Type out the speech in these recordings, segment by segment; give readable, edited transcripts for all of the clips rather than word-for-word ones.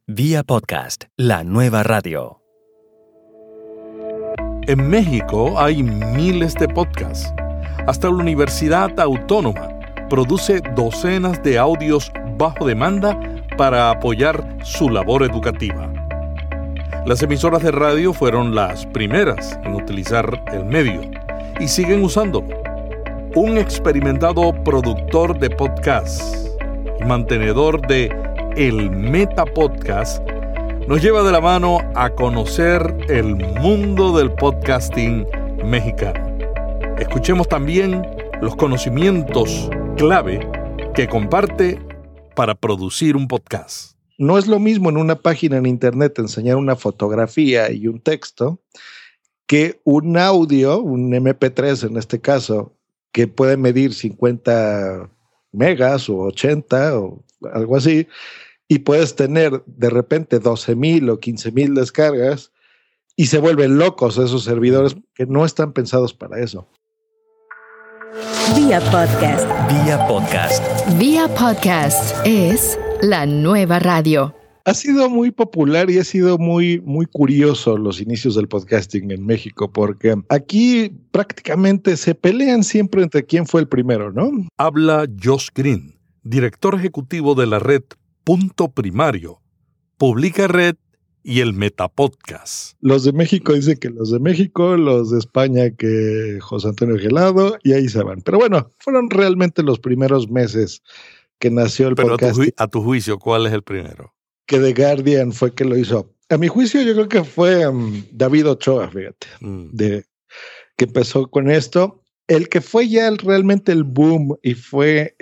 Vía Podcast, la nueva radio. En México hay miles de podcasts. Hasta la Universidad Autónoma produce docenas de audios bajo demanda para apoyar su labor educativa. Las emisoras de radio fueron las primeras en utilizar el medio y siguen usándolo. Un experimentado productor de podcasts y mantenedor de El Meta Podcast nos lleva de la mano a conocer el mundo del podcasting mexicano. Escuchemos también los conocimientos clave que comparte para producir un podcast. No es lo mismo en una página en internet enseñar una fotografía y un texto que un audio, un MP3 en este caso, que puede medir 50 megas o 80 o algo así, y puedes tener de repente 12,000 o 15,000 descargas y se vuelven locos esos servidores que no están pensados para eso. Vía Podcast. Vía Podcast. Vía Podcast es la nueva radio. Ha sido muy popular y ha sido muy curioso los inicios del podcasting en México, porque aquí prácticamente se pelean siempre entre quién fue el primero, ¿no? Habla Josh Green, director ejecutivo de la red Punto Primario, Publica Red y el Metapodcast. Los de México dicen que los de México, los de España que José Antonio Gelado, y ahí se van. Pero bueno, fueron realmente los primeros meses que nació el podcast. Pero a tu juicio, ¿cuál es el primero? Que The Guardian fue que lo hizo. A mi juicio, yo creo que fue David Ochoa, fíjate, que empezó con esto. El que fue ya realmente el boom y fue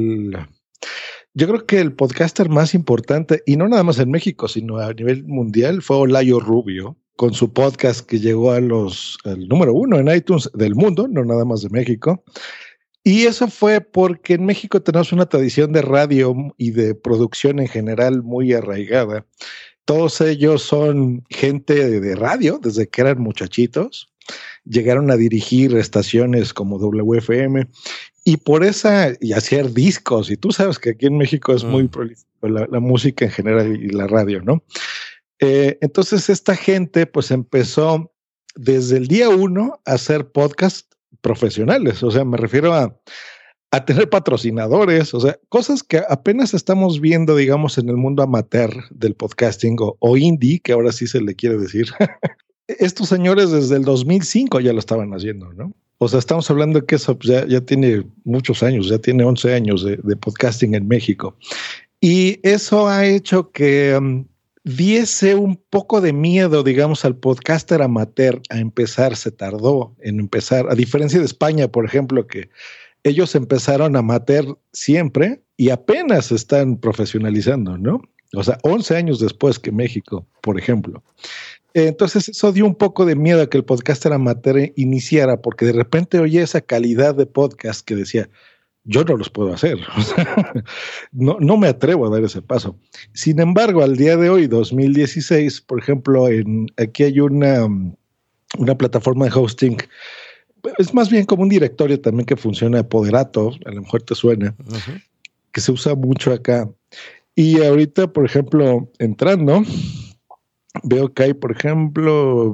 yo creo que el podcaster más importante, y no nada más en México, sino a nivel mundial, fue Olayo Rubio, con su podcast que llegó al número 1 en iTunes del mundo, no nada más de México. Y eso fue porque en México tenemos una tradición de radio y de producción en general muy arraigada. Todos ellos son gente de radio desde que eran muchachitos. Llegaron a dirigir estaciones como WFM y y hacer discos. Y tú sabes que aquí en México es muy prolífico la música en general y la radio, ¿no? Entonces esta gente pues empezó desde el día 1 a hacer podcasts profesionales. O sea, me refiero a tener patrocinadores, o sea, cosas que apenas estamos viendo, digamos, en el mundo amateur del podcasting o indie, que ahora sí se le quiere decir. Estos señores desde el 2005 ya lo estaban haciendo, ¿no? O sea, estamos hablando que eso ya tiene muchos años, ya tiene 11 años de podcasting en México. Y eso ha hecho que diese un poco de miedo, digamos, al podcaster amateur a empezar. Se tardó en empezar, a diferencia de España, por ejemplo, que ellos empezaron amateur siempre y apenas están profesionalizando, ¿no? O sea, 11 años después que México, por ejemplo. Entonces eso dio un poco de miedo a que el podcaster amateur iniciara, porque de repente oye esa calidad de podcast que decía, yo no los puedo hacer. O sea, no me atrevo a dar ese paso. Sin embargo, al día de hoy, 2016, por ejemplo, aquí hay una plataforma de hosting. Es más bien como un directorio también que funciona, Poderato, a lo mejor te suena, que se usa mucho acá. Y ahorita, por ejemplo, entrando, veo que hay, por ejemplo,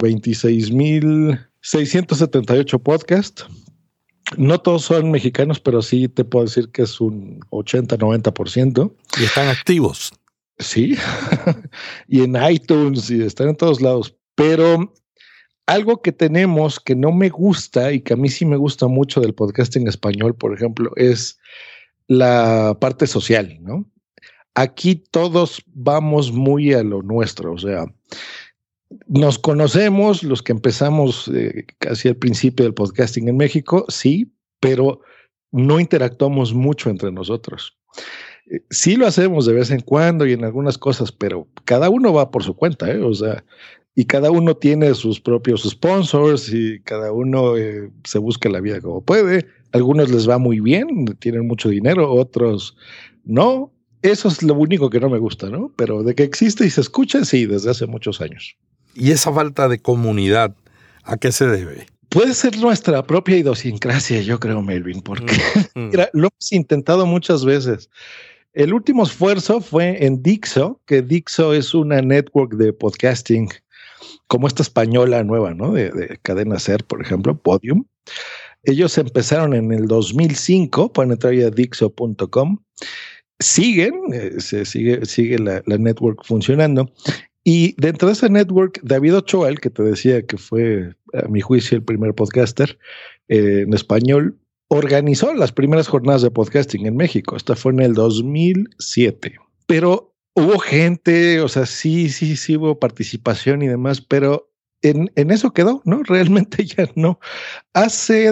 26,678 podcasts. No todos son mexicanos, pero sí te puedo decir que es un 80-90%. Y están activos. Sí, y en iTunes, y están en todos lados. Pero algo que tenemos que no me gusta y que a mí sí me gusta mucho del podcasting español, por ejemplo, es la parte social, ¿no? Aquí todos vamos muy a lo nuestro, o sea, nos conocemos los que empezamos casi al principio del podcasting en México, sí, pero no interactuamos mucho entre nosotros. Sí lo hacemos de vez en cuando y en algunas cosas, pero cada uno va por su cuenta, o sea, y cada uno tiene sus propios sponsors y cada uno se busca la vida como puede. Algunos les va muy bien, tienen mucho dinero, otros no. Eso es lo único que no me gusta, ¿no? Pero de que existe y se escucha, sí, desde hace muchos años. ¿Y esa falta de comunidad a qué se debe? Puede ser nuestra propia idiosincrasia, yo creo, Melvin, porque mira, lo hemos intentado muchas veces. El último esfuerzo fue en Dixo, que Dixo es una network de podcasting como esta española nueva, ¿no? De Cadena Ser, por ejemplo, Podium. Ellos empezaron en el 2005, pueden entrar ahí a Dixo.com. Siguen, sigue la network funcionando. Y dentro de esa network, David Ochoa, el que te decía que fue, a mi juicio, el primer podcaster en español, organizó las primeras jornadas de podcasting en México. Esta fue en el 2007. Pero hubo gente, o sea, sí hubo participación y demás, pero en eso quedó, ¿no? Realmente ya no. Hace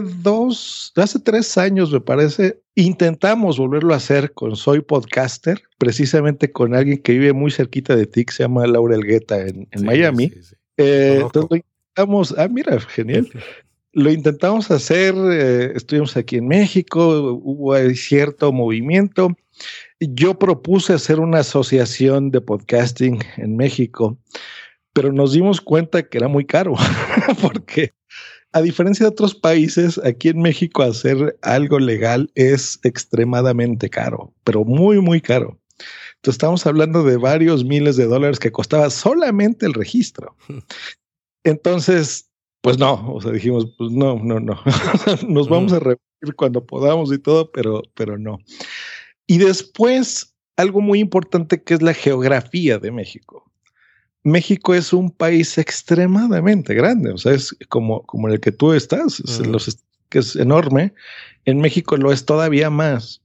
3 años, me parece, intentamos volverlo a hacer con Soy Podcaster, precisamente con alguien que vive muy cerquita de ti, que se llama Laura Elgueta en Miami. Sí. Entonces lo intentamos, mira, genial. Lo intentamos hacer, estuvimos aquí en México, hubo cierto movimiento. Yo propuse hacer una asociación de podcasting en México, pero nos dimos cuenta que era muy caro, porque a diferencia de otros países, aquí en México hacer algo legal es extremadamente caro, pero muy, muy caro. Entonces estamos hablando de varios miles de dólares que costaba solamente el registro. Entonces, pues no, o sea, dijimos, pues no. Nos vamos a reunir cuando podamos y todo, pero no. Y después, algo muy importante que es la geografía de México. México es un país extremadamente grande, o sea, es como en el que tú estás, que es enorme. En México lo es todavía más.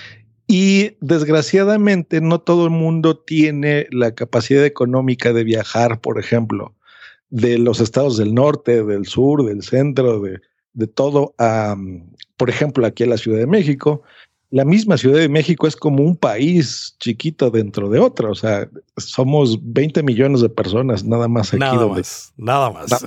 Y desgraciadamente no todo el mundo tiene la capacidad económica de viajar, por ejemplo, de los estados del norte, del sur, del centro, de todo a, por ejemplo, aquí a la Ciudad de México. La misma Ciudad de México es como un país chiquito dentro de otro. O sea, somos 20 millones de personas nada más aquí. Nada más.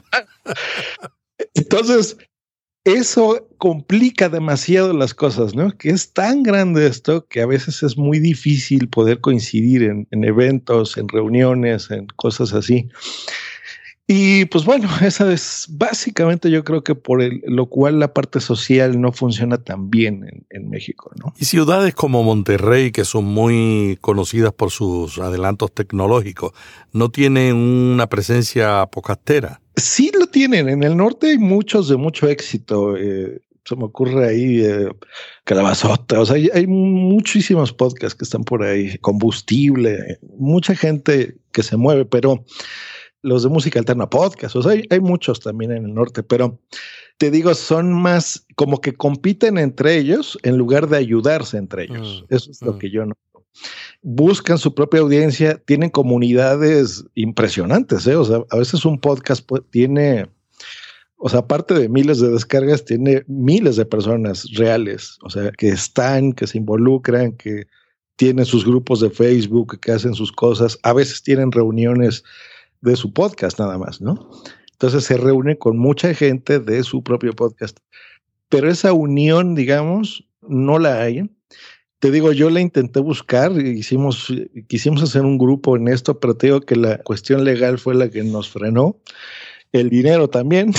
Entonces, eso complica demasiado las cosas, ¿no? Que es tan grande esto que a veces es muy difícil poder coincidir en eventos, en reuniones, en cosas así. Y pues bueno, esa es básicamente, yo creo que por lo cual la parte social no funciona tan bien en México, ¿no? Y ciudades como Monterrey, que son muy conocidas por sus adelantos tecnológicos, ¿no tienen una presencia podcastera? Sí lo tienen. En el norte hay muchos de mucho éxito. Se me ocurre ahí Calabazota. O sea, hay muchísimos podcasts que están por ahí. Combustible, mucha gente que se mueve, pero los de música alterna podcast, o sea, hay muchos también en el norte, pero te digo, son más como que compiten entre ellos en lugar de ayudarse entre ellos. Eso es lo que yo noto. Buscan su propia audiencia, tienen comunidades impresionantes, o sea, a veces un podcast tiene, o sea, aparte de miles de descargas, tiene miles de personas reales, o sea, que se involucran, que tienen sus grupos de Facebook, que hacen sus cosas, a veces tienen reuniones de su podcast nada más, ¿no? Entonces se reúne con mucha gente de su propio podcast. Pero esa unión, digamos, no la hay. Te digo, yo la intenté buscar, quisimos hacer un grupo en esto, pero te digo que la cuestión legal fue la que nos frenó. El dinero también.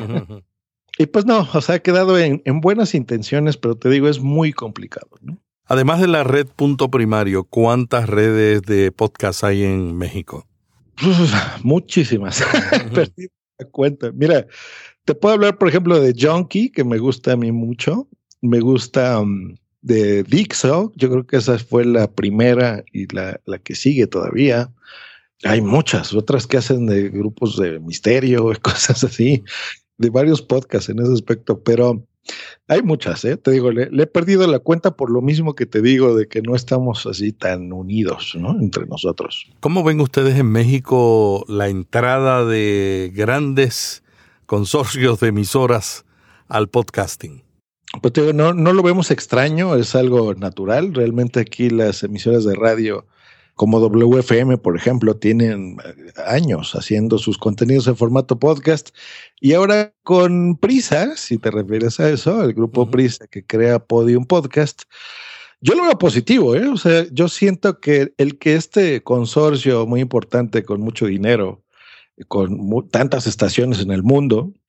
Y pues no, o sea, ha quedado en buenas intenciones, pero te digo, es muy complicado, ¿no? Además de la red Punto Primario, ¿cuántas redes de podcast hay en México? Muchísimas. Perdí la cuenta. Mira, te puedo hablar, por ejemplo, de Junkie, que me gusta a mí mucho. Me gusta de Dixo. Yo creo que esa fue la primera y la que sigue todavía. Hay muchas otras que hacen de grupos de misterio y cosas así, de varios podcasts en ese aspecto, pero hay muchas, te digo, le he perdido la cuenta por lo mismo que te digo de que no estamos así tan unidos, ¿no? Entre nosotros. ¿Cómo ven ustedes en México la entrada de grandes consorcios de emisoras al podcasting? Pues te digo, no lo vemos extraño, es algo natural. Realmente aquí las emisoras de radio como WFM, por ejemplo, tienen años haciendo sus contenidos en formato podcast. Y ahora con Prisa, si te refieres a eso, el grupo Prisa que crea Podium Podcast, yo lo veo positivo, O sea, yo siento que este consorcio muy importante con mucho dinero, con tantas estaciones en el mundo,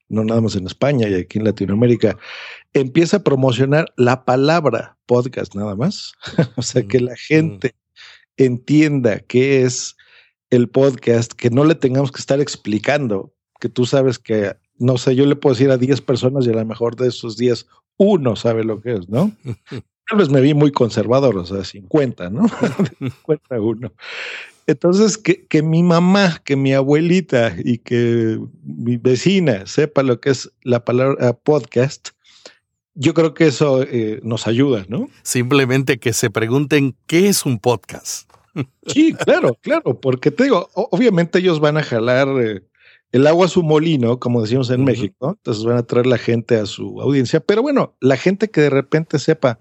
no nada más en España y aquí en Latinoamérica, empieza a promocionar la palabra podcast nada más. O sea, que la gente entienda qué es el podcast, que no le tengamos que estar explicando, que tú sabes que, no sé, yo le puedo decir a 10 personas y a lo mejor de esos 10, uno sabe lo que es, ¿no? Tal vez me vi muy conservador, o sea, 50, ¿no? 51. Entonces, que mi mamá, que mi abuelita y que mi vecina sepa lo que es la palabra podcast, yo creo que eso nos ayuda, ¿no? Simplemente que se pregunten qué es un podcast. Sí, claro, porque te digo, obviamente ellos van a jalar el agua a su molino, como decimos en México, entonces van a traer la gente a su audiencia, pero bueno, la gente que de repente sepa,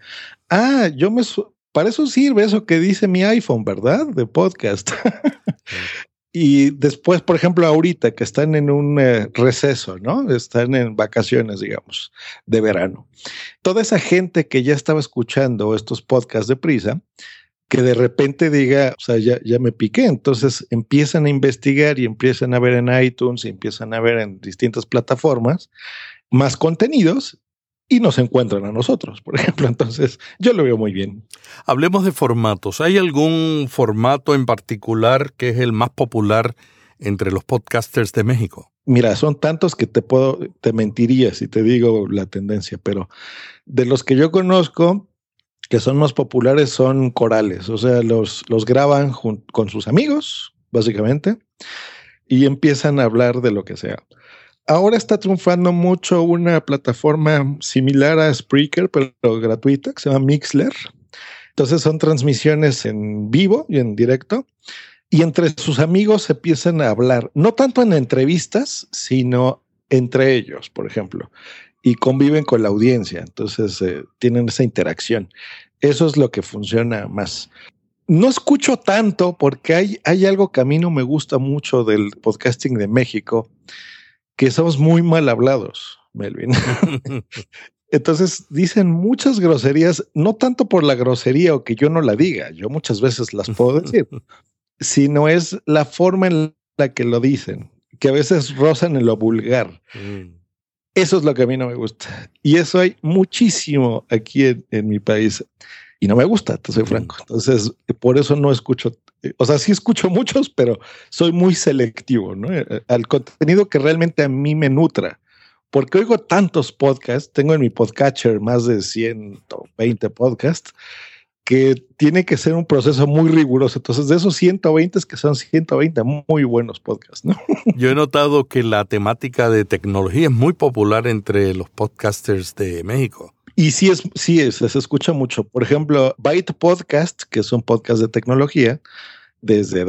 para eso sirve eso que dice mi iPhone, ¿verdad? De podcast. Y después, por ejemplo, ahorita que están en un receso, ¿no? Están en vacaciones, digamos, de verano. Toda esa gente que ya estaba escuchando estos podcasts de Prisa, que de repente diga, o sea, ya me piqué, entonces empiezan a investigar y empiezan a ver en iTunes y empiezan a ver en distintas plataformas más contenidos y nos encuentran a nosotros, por ejemplo. Entonces, yo lo veo muy bien. Hablemos de formatos. ¿Hay algún formato en particular que es el más popular entre los podcasters de México? Mira, son tantos que te mentiría si te digo la tendencia, pero de los que yo conozco, que son más populares, son corales, o sea, los graban con sus amigos, básicamente, y empiezan a hablar de lo que sea. Ahora está triunfando mucho una plataforma similar a Spreaker, pero gratuita, que se llama Mixler. Entonces son transmisiones en vivo y en directo, y entre sus amigos se empiezan a hablar, no tanto en entrevistas, sino entre ellos, por ejemplo, y conviven con la audiencia, entonces tienen esa interacción. Eso es lo que funciona más. No escucho tanto porque hay algo que a mí no me gusta mucho del podcasting de México, que somos muy mal hablados, Melvin. Entonces dicen muchas groserías, no tanto por la grosería o que yo no la diga, yo muchas veces las puedo decir, sino es la forma en la que lo dicen, que a veces rozan en lo vulgar. Eso es lo que a mí no me gusta. Y eso hay muchísimo aquí en mi país. Y no me gusta, te soy franco. Entonces, por eso no escucho. O sea, sí escucho muchos, pero soy muy selectivo, ¿no? Al contenido que realmente a mí me nutra. Porque oigo tantos podcasts, tengo en mi podcatcher más de 120 podcasts, que tiene que ser un proceso muy riguroso. Entonces, de esos 120 es que son 120 muy buenos podcasts, ¿no? Yo he notado que la temática de tecnología es muy popular entre los podcasters de México. Y sí, se escucha mucho. Por ejemplo, Byte Podcast, que es un podcast de tecnología, desde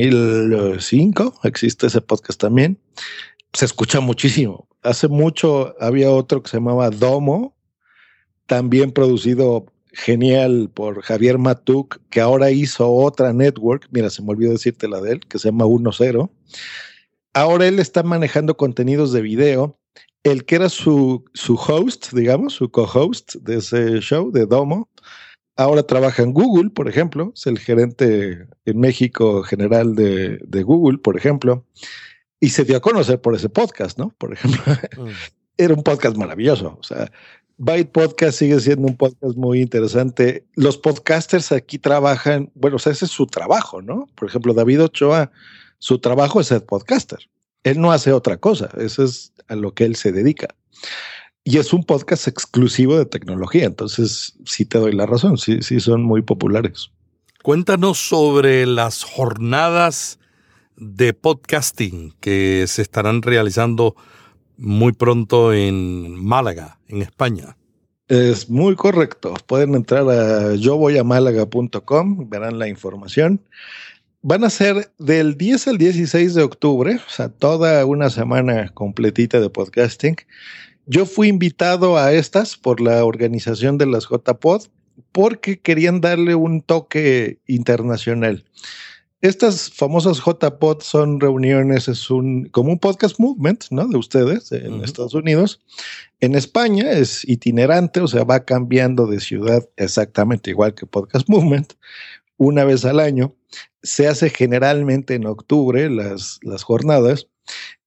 2005 existe ese podcast también. Se escucha muchísimo. Hace mucho había otro que se llamaba Domo, también producido genial por Javier Matuk, que ahora hizo otra network, mira, se me olvidó decirte la de él, que se llama 1.0. Ahora él está manejando contenidos de video. El que era su host, digamos, su co-host de ese show, de Domo, ahora trabaja en Google, por ejemplo, es el gerente en México general de Google, por ejemplo, y se dio a conocer por ese podcast, ¿no? Por ejemplo, era un podcast maravilloso, o sea, Byte Podcast sigue siendo un podcast muy interesante. Los podcasters aquí trabajan, bueno, o sea, ese es su trabajo, ¿no? Por ejemplo, David Ochoa, su trabajo es ser podcaster. Él no hace otra cosa, eso es a lo que él se dedica. Y es un podcast exclusivo de tecnología, entonces sí te doy la razón, sí son muy populares. Cuéntanos sobre las jornadas de podcasting que se estarán realizando muy pronto en Málaga, en España. Es muy correcto. Pueden entrar a yovoyamálaga.com, verán la información. Van a ser del 10 al 16 de octubre, o sea, toda una semana completita de podcasting. Yo fui invitado a estas por la organización de las JPod porque querían darle un toque internacional. Estas famosas JPod son reuniones, como un podcast movement, ¿no? De ustedes en Estados Unidos. En España es itinerante, o sea, va cambiando de ciudad exactamente igual que Podcast Movement, una vez al año. Se hace generalmente en octubre las jornadas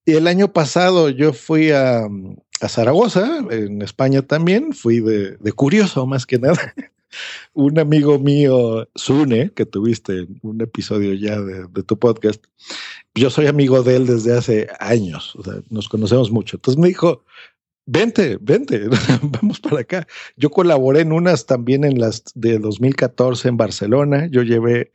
Y el año pasado yo fui a Zaragoza, en España también, fui de curioso más que nada. Un amigo mío, Sune, que tuviste en un episodio ya de tu podcast, yo soy amigo de él desde hace años, o sea, nos conocemos mucho. Entonces me dijo, vente, vamos para acá. Yo colaboré en unas también en las de 2014 en Barcelona. Yo llevé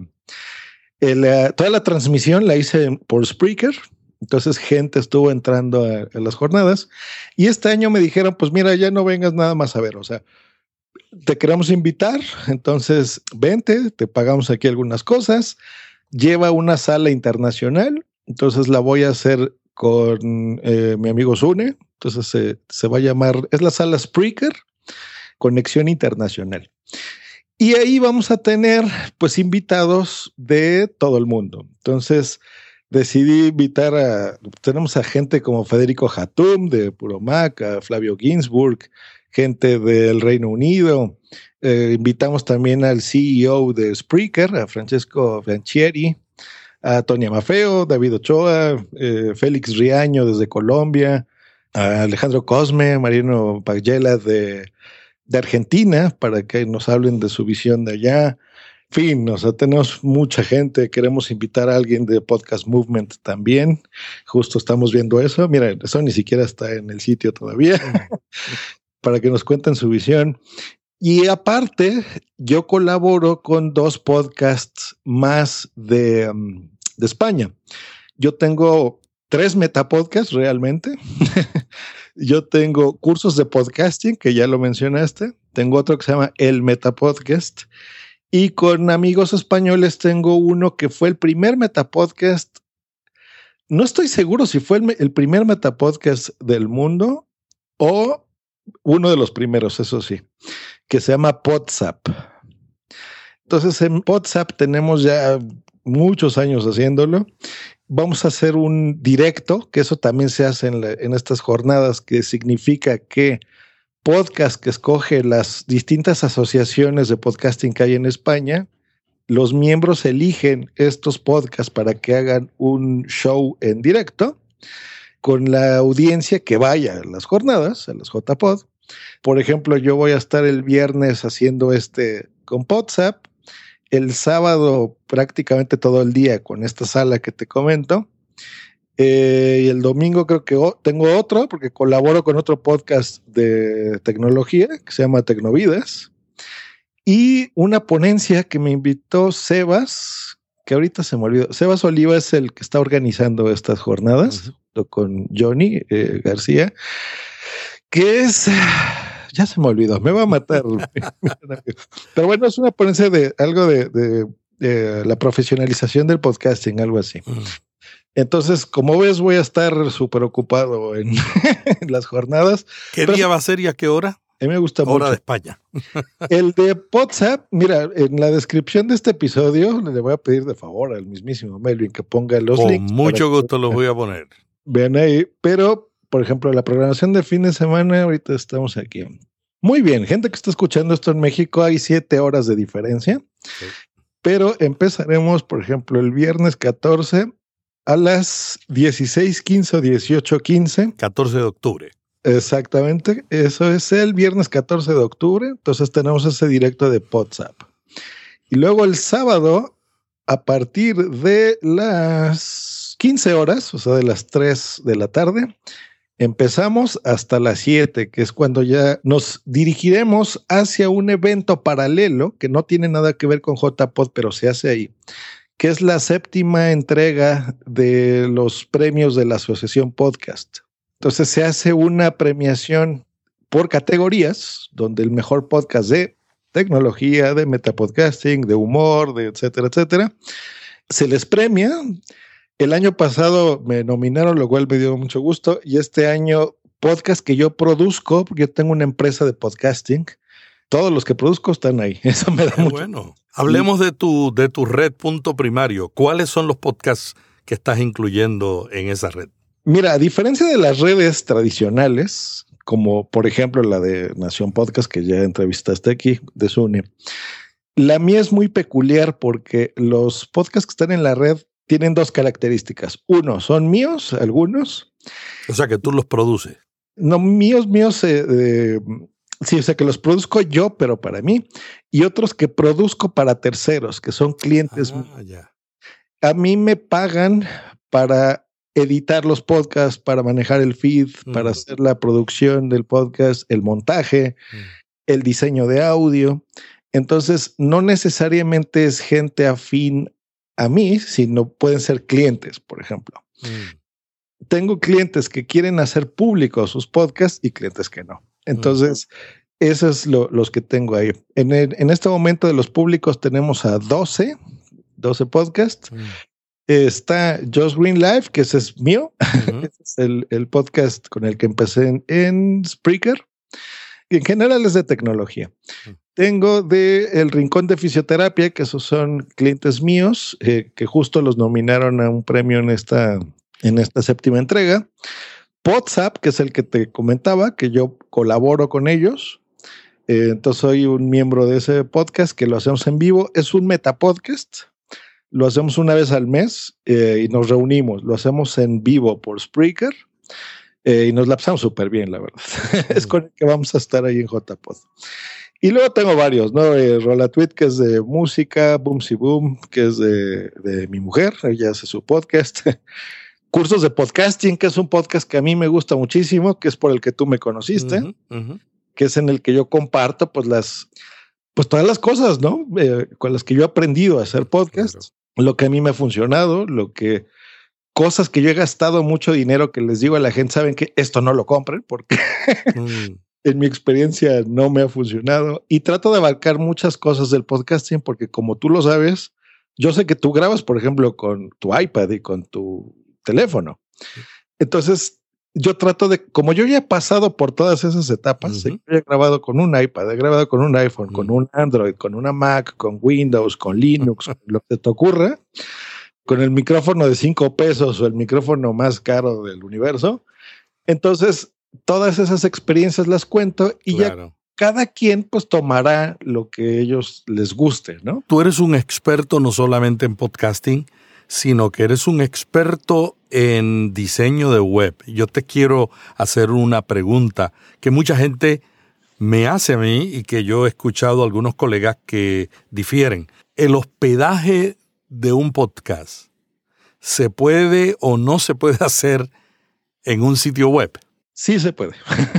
toda la transmisión la hice por Spreaker. Entonces gente estuvo entrando a las jornadas y este año me dijeron, pues mira, ya no vengas nada más a ver, o sea, te queremos invitar, entonces vente, te pagamos aquí algunas cosas, lleva una sala internacional, entonces la voy a hacer con mi amigo Sune, entonces se va a llamar, es la sala Spreaker, Conexión Internacional. Y ahí vamos a tener pues invitados de todo el mundo. Entonces decidí invitar tenemos a gente como Federico Hatum de Puro Mac, a Flavio Ginsburg, gente del Reino Unido. Invitamos también al CEO de Spreaker, a Francesco Franchieri, a Tonia Mafeo, David Ochoa, Félix Riaño desde Colombia, a Alejandro Cosme, Mariano Pagela de Argentina, para que nos hablen de su visión de allá. En fin, o sea, tenemos mucha gente. Queremos invitar a alguien de Podcast Movement también. Justo estamos viendo eso. Mira, eso ni siquiera está en el sitio todavía. Para que nos cuenten su visión. Y aparte, yo colaboro con 2 podcasts más de España. Yo tengo 3 metapodcasts realmente. Yo tengo cursos de podcasting, que ya lo mencionaste. Tengo otro que se llama El Metapodcast. Y con amigos españoles tengo uno que fue el primer metapodcast. No estoy seguro si fue el primer metapodcast del mundo o uno de los primeros, eso sí, que se llama Podzap. Entonces en Podzap tenemos ya muchos años haciéndolo. Vamos a hacer un directo, que eso también se hace en estas jornadas, que significa que podcast que escoge las distintas asociaciones de podcasting que hay en España, los miembros eligen estos podcasts para que hagan un show en directo con la audiencia que vaya a las jornadas, a las JPod. Por ejemplo, yo voy a estar el viernes haciendo con Podzap, el sábado prácticamente todo el día con esta sala que te comento. Y el domingo creo que tengo otro, porque colaboro con otro podcast de tecnología que se llama Tecnovidas. Y una ponencia que me invitó Sebas, que ahorita se me olvidó. Sebas Oliva es el que está organizando estas jornadas, con Johnny García, que es... Ya se me olvidó, me va a matar. Pero bueno, es una ponencia de algo de la profesionalización del podcasting, algo así. Entonces, como ves, voy a estar súper ocupado en las jornadas. ¿Qué día va a ser y a qué hora? A mí me gusta mucho. Hora de España. El de Podzap, mira, en la descripción de este episodio le voy a pedir de favor al mismísimo Melvin que ponga los links. Con mucho gusto los voy a poner. Vean ahí, pero, por ejemplo, la programación de fin de semana, ahorita estamos aquí. Muy bien, gente que está escuchando esto en México, hay 7 horas de diferencia, sí. Pero empezaremos, por ejemplo, el viernes 14 a las 16:15 o 18:15. 14 de octubre. Exactamente, eso es el viernes 14 de octubre, entonces tenemos ese directo de Podzap. Y luego el sábado, a partir de las 15 horas, o sea, de las 3 de la tarde, empezamos hasta las 7, que es cuando ya nos dirigiremos hacia un evento paralelo que no tiene nada que ver con JPod, pero se hace ahí, que es la 7ª entrega de los premios de la Asociación Podcast. Entonces se hace una premiación por categorías, donde el mejor podcast de tecnología, de metapodcasting, de humor, de etcétera, etcétera, se les premia. El año pasado me nominaron, lo cual me dio mucho gusto, y este año podcast que yo produzco, porque yo tengo una empresa de podcasting, todos los que produzco están ahí. Eso me da mucho. Bueno, hablemos de tu red Punto Primario. ¿Cuáles son los podcasts que estás incluyendo en esa red? Mira, a diferencia de las redes tradicionales, como por ejemplo la de Nación Podcast, que ya entrevistaste aquí, de Sune, la mía es muy peculiar porque los podcasts que están en la red tienen dos características. Uno, son míos, algunos. O sea, que tú los produces. No, míos, sí, o sea, que los produzco yo, pero para mí. Y otros que produzco para terceros, que son clientes. Ya. A mí me pagan para editar los podcasts, para manejar el feed, para hacer la producción del podcast, el montaje, el diseño de audio. Entonces, no necesariamente es gente afín a mí, sino pueden ser clientes, por ejemplo. Tengo clientes que quieren hacer públicos sus podcasts y clientes que no. Entonces, esos es los que tengo ahí. En este momento de los públicos tenemos a 12 podcasts. Está Just Green Life, que ese es mío. Ese es el podcast con el que empecé en Spreaker. Y en general es de tecnología. Tengo de El Rincón de Fisioterapia, que esos son clientes míos, que justo los nominaron a un premio en esta séptima entrega. WhatsApp, que es el que te comentaba, que yo colaboro con ellos. Entonces soy un miembro de ese podcast que lo hacemos en vivo. Es un metapodcast. Lo hacemos una vez al mes y nos reunimos. Lo hacemos en vivo por Spreaker y nos la pasamos súper bien, la verdad. Es con el que vamos a estar ahí en JPod. Y luego tengo varios, ¿no? Rola Tweet, que es de música, Boomsy Boom, que es de mi mujer, ella hace su podcast. Cursos de Podcasting, que es un podcast que a mí me gusta muchísimo, que es por el que tú me conociste, que es en el que yo comparto pues todas las cosas, ¿no? Con las que yo he aprendido a hacer podcasts, lo que a mí me ha funcionado, cosas que yo he gastado mucho dinero que les digo a la gente, saben que esto no lo compren porque en mi experiencia no me ha funcionado, y trato de abarcar muchas cosas del podcasting porque, como tú lo sabes, yo sé que tú grabas, por ejemplo, con tu iPad y con tu teléfono. Entonces, yo trato de, como yo ya he pasado por todas esas etapas, yo he grabado con un iPad, he grabado con un iPhone, con un Android, con una Mac, con Windows, con Linux, con lo que te ocurra, con el micrófono de $5 o el micrófono más caro del universo. Entonces, todas esas experiencias las cuento y ya cada quien pues tomará lo que a ellos les guste, ¿no? Tú eres un experto no solamente en podcasting, sino que eres un experto en diseño de web. Yo te quiero hacer una pregunta que mucha gente me hace a mí y que yo he escuchado a algunos colegas que difieren. ¿El hospedaje de un podcast se puede o no se puede hacer en un sitio web? Sí se puede.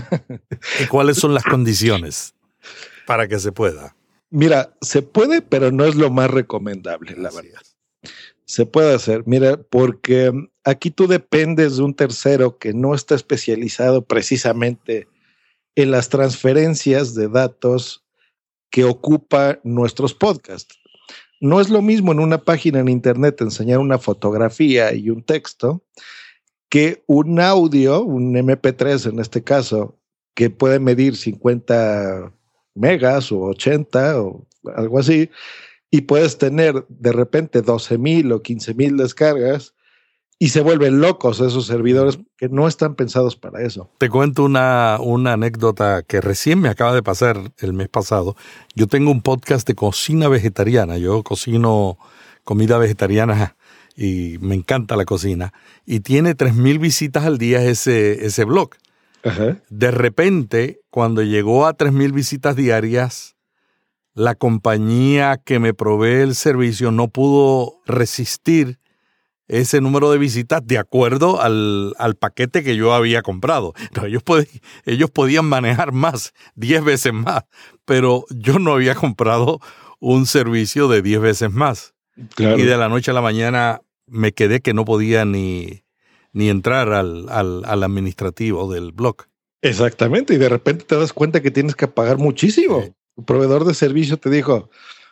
¿Y cuáles son las condiciones para que se pueda? Mira, se puede, pero no es lo más recomendable, la verdad. Se puede hacer, mira, porque aquí tú dependes de un tercero que no está especializado precisamente en las transferencias de datos que ocupa nuestros podcasts. No es lo mismo en una página en internet enseñar una fotografía y un texto que un audio, un MP3 en este caso, que puede medir 50 megas o 80 o algo así, y puedes tener de repente 12,000 o 15,000 descargas y se vuelven locos esos servidores que no están pensados para eso. Te cuento una anécdota que recién me acaba de pasar el mes pasado. Yo tengo un podcast de cocina vegetariana. Yo cocino comida vegetariana y me encanta la cocina. Y tiene 3,000 visitas al día ese blog. Ajá. De repente, cuando llegó a 3,000 visitas diarias, la compañía que me provee el servicio no pudo resistir ese número de visitas de acuerdo al paquete que yo había comprado. No, ellos podían manejar más, 10 veces más, pero yo no había comprado un servicio de 10 veces más. Claro. Y de la noche a la mañana me quedé que no podía ni entrar al administrativo del blog. Exactamente, y de repente te das cuenta que tienes que pagar muchísimo. Sí. Tu proveedor de servicio te dijo,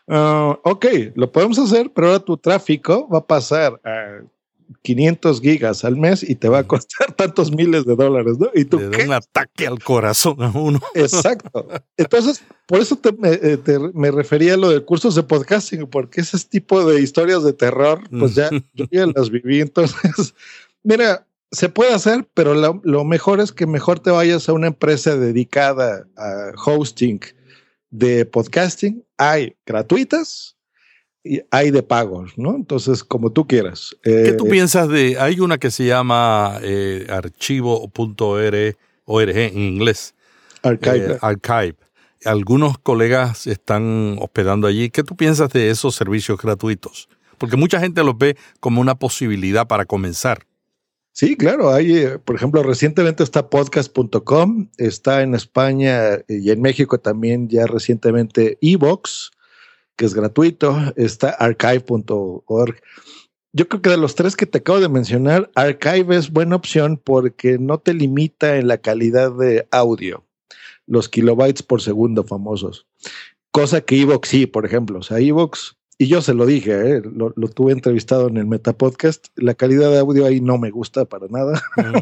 ok, lo podemos hacer, pero ahora tu tráfico va a pasar a 500 gigas al mes y te va a costar tantos miles de dólares, ¿no? Y tú, le da un ataque al corazón a uno. Exacto. Entonces, por eso me refería a lo de cursos de podcasting, porque ese tipo de historias de terror, pues yo ya las viví. Entonces, mira, se puede hacer, pero lo mejor es que mejor te vayas a una empresa dedicada a hosting de podcasting. Hay gratuitas, y hay de pagos, ¿no? Entonces, como tú quieras. ¿Qué tú piensas de...? Hay una que se llama archivo.org en inglés. Archive. Archive. Algunos colegas están hospedando allí. ¿Qué tú piensas de esos servicios gratuitos? Porque mucha gente los ve como una posibilidad para comenzar. Sí, claro. Hay, por ejemplo, recientemente está podcast.com, está en España y en México también ya recientemente iVoox, que es gratuito, está archive.org. Yo creo que de los tres que te acabo de mencionar, Archive es buena opción porque no te limita en la calidad de audio, los kilobytes por segundo famosos, cosa que iVoox sí, por ejemplo. O sea, iVoox, y yo se lo dije, lo tuve entrevistado en el Metapodcast, la calidad de audio ahí no me gusta para nada,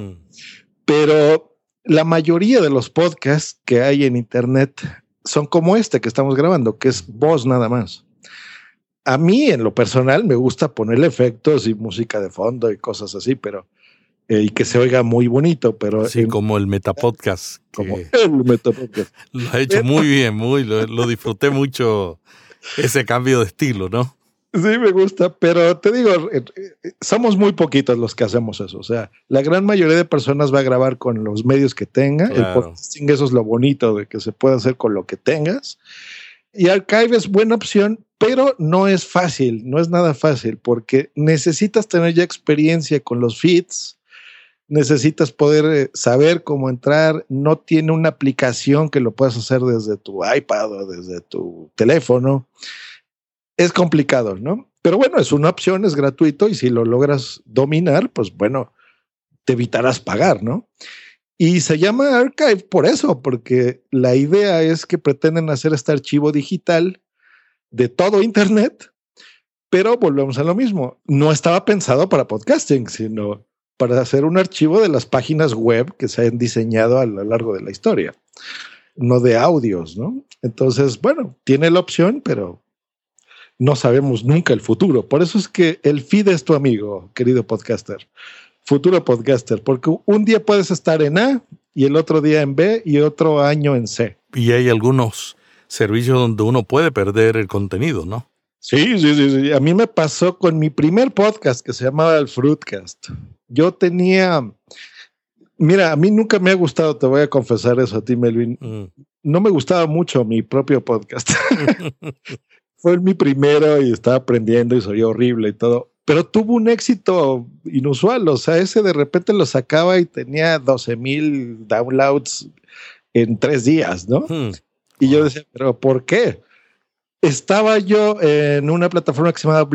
pero la mayoría de los podcasts que hay en internet son como este que estamos grabando, que es voz nada más. A mí, en lo personal, me gusta ponerle efectos y música de fondo y cosas así, pero y que se oiga muy bonito, pero... Así como el Metapodcast. Como el Metapodcast. Lo ha hecho muy bien, lo disfruté mucho, ese cambio de estilo, ¿no? Sí, me gusta, pero te digo, somos muy poquitos los que hacemos eso. O sea, la gran mayoría de personas va a grabar con los medios que tenga. Claro. El podcasting, eso es lo bonito de que se puede hacer con lo que tengas. Y Archive es buena opción, pero no es fácil, no es nada fácil, porque necesitas tener ya experiencia con los feeds, necesitas poder saber cómo entrar, no tiene una aplicación que lo puedas hacer desde tu iPad o desde tu teléfono. Es complicado, ¿no? Pero bueno, es una opción, es gratuito y si lo logras dominar, pues bueno, te evitarás pagar, ¿no? Y se llama Archive por eso, porque la idea es que pretenden hacer este archivo digital de todo Internet, pero volvemos a lo mismo. No estaba pensado para podcasting, sino para hacer un archivo de las páginas web que se han diseñado a lo largo de la historia, no de audios, ¿no? Entonces, bueno, tiene la opción, pero no sabemos nunca el futuro. Por eso es que el feed es tu amigo, querido podcaster. Futuro podcaster, porque un día puedes estar en A y el otro día en B y otro año en C. Y hay algunos servicios donde uno puede perder el contenido, ¿no? Sí. A mí me pasó con mi primer podcast que se llamaba el Fruitcast. Yo tenía... Mira, a mí nunca me ha gustado, te voy a confesar eso a ti, Melvin. No me gustaba mucho mi propio podcast. Fue mi primero y estaba aprendiendo y soy horrible y todo. Pero tuvo un éxito inusual, o sea, ese de repente lo sacaba y tenía 12,000 downloads en 3 días, ¿no? Y yo decía, ¿pero por qué? Estaba yo en una plataforma que se llamaba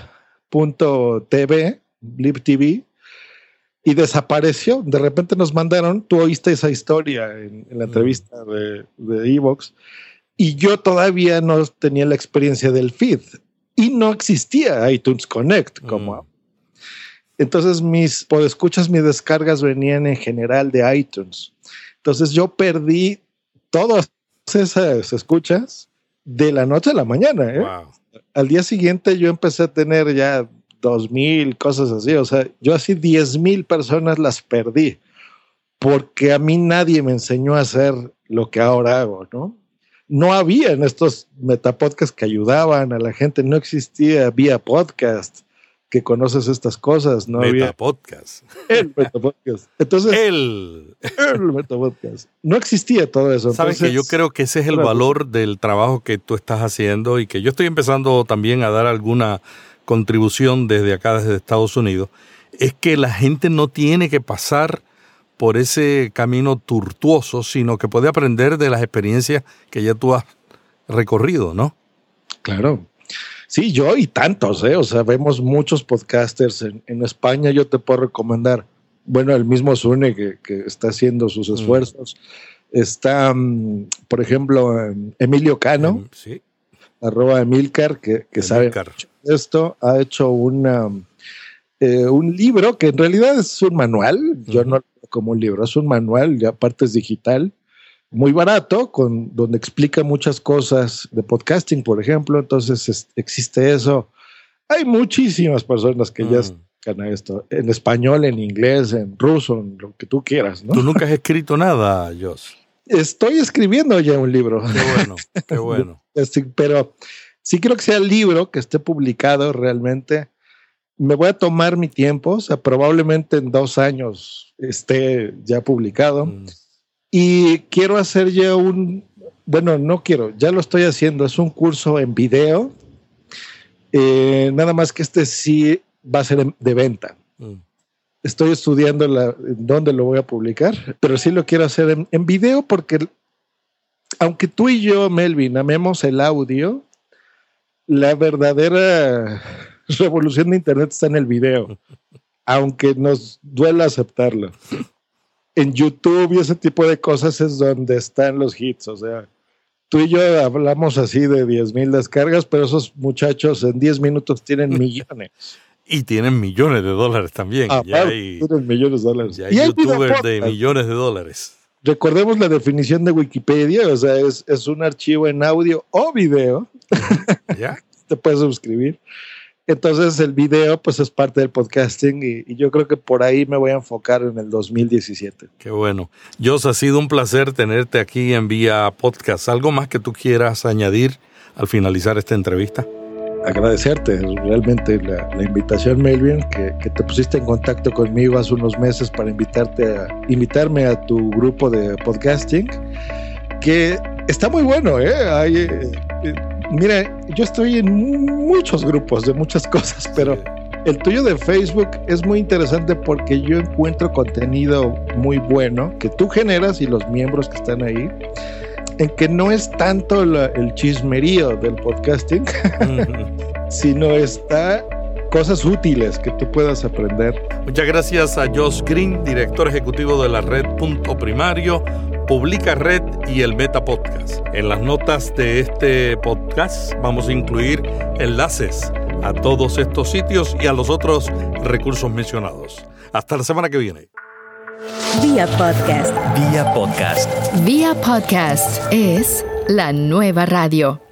Blip TV, y desapareció. De repente nos mandaron, tú oíste esa historia en la entrevista de iVoox, y yo todavía no tenía la experiencia del feed. Y no existía iTunes Connect como. Entonces mis podescuchas, mis descargas venían en general de iTunes. Entonces yo perdí todas esas escuchas de la noche a la mañana. Wow. Al día siguiente yo empecé a tener ya 2,000 cosas así. O sea, yo así 10,000 personas las perdí porque a mí nadie me enseñó a hacer lo que ahora hago, ¿no? No había en estos metapodcasts que ayudaban a la gente, no existía vía podcast, que conoces estas cosas, no Metapodcast. El Metapodcast. Entonces, el Metapodcast. No existía todo eso. Sabes que yo creo que ese es el valor del trabajo que tú estás haciendo y que yo estoy empezando también a dar alguna contribución desde acá, desde Estados Unidos, es que la gente no tiene que pasar por ese camino tortuoso, sino que puede aprender de las experiencias que ya tú has recorrido, ¿no? Claro. Sí, yo y tantos, O sea, vemos muchos podcasters en España. Yo te puedo recomendar, bueno, el mismo Sune que está haciendo sus esfuerzos. Está, por ejemplo, Emilio Cano, sí. @Emilcar, que sabe esto. Ha hecho un libro que en realidad es un manual. Yo no como un libro, es un manual, y aparte es digital, muy barato, donde explica muchas cosas de podcasting, por ejemplo. Entonces existe eso. Hay muchísimas personas que ya están a esto, en español, en inglés, en ruso, en lo que tú quieras, ¿no? ¿Tú nunca has escrito nada, Jos? Estoy escribiendo ya un libro. Qué bueno. Pero sí quiero que sea el libro que esté publicado realmente. Me voy a tomar mi tiempo, o sea, probablemente en 2 años esté ya publicado. Y quiero hacer ya ya lo estoy haciendo, es un curso en video. Nada más que este sí va a ser de venta. Estoy estudiando dónde lo voy a publicar, pero sí lo quiero hacer en video porque aunque tú y yo, Melvin, amemos el audio, la verdadera revolución de Internet está en el video, aunque nos duela aceptarlo. En YouTube y ese tipo de cosas es donde están los hits. O sea, tú y yo hablamos así de 10,000 descargas, pero esos muchachos en 10 minutos tienen millones. Y tienen millones de dólares también. Tienen millones de dólares. Ya hay youtubers de millones de dólares. Recordemos la definición de Wikipedia, o sea, es un archivo en audio o video. ¿Ya? Te puedes suscribir. Entonces el video pues es parte del podcasting y yo creo que por ahí me voy a enfocar en el 2017. Qué bueno. Jos, ha sido un placer tenerte aquí en Vía Podcast. ¿Algo más que tú quieras añadir al finalizar esta entrevista? Agradecerte realmente la invitación, Melvin, que te pusiste en contacto conmigo hace unos meses para invitarme a tu grupo de podcasting, que está muy bueno, mira, yo estoy en muchos grupos de muchas cosas, pero el tuyo de Facebook es muy interesante porque yo encuentro contenido muy bueno que tú generas y los miembros que están ahí, en que no es tanto el chismerío del podcasting, sino está cosas útiles que tú puedas aprender. Muchas gracias a Jos Green, director ejecutivo de la red Punto Primario, Publica Red y el Meta Podcast. En las notas de este podcast vamos a incluir enlaces a todos estos sitios y a los otros recursos mencionados. Hasta la semana que viene. Vía Podcast. Vía Podcast. Vía Podcast es la nueva radio.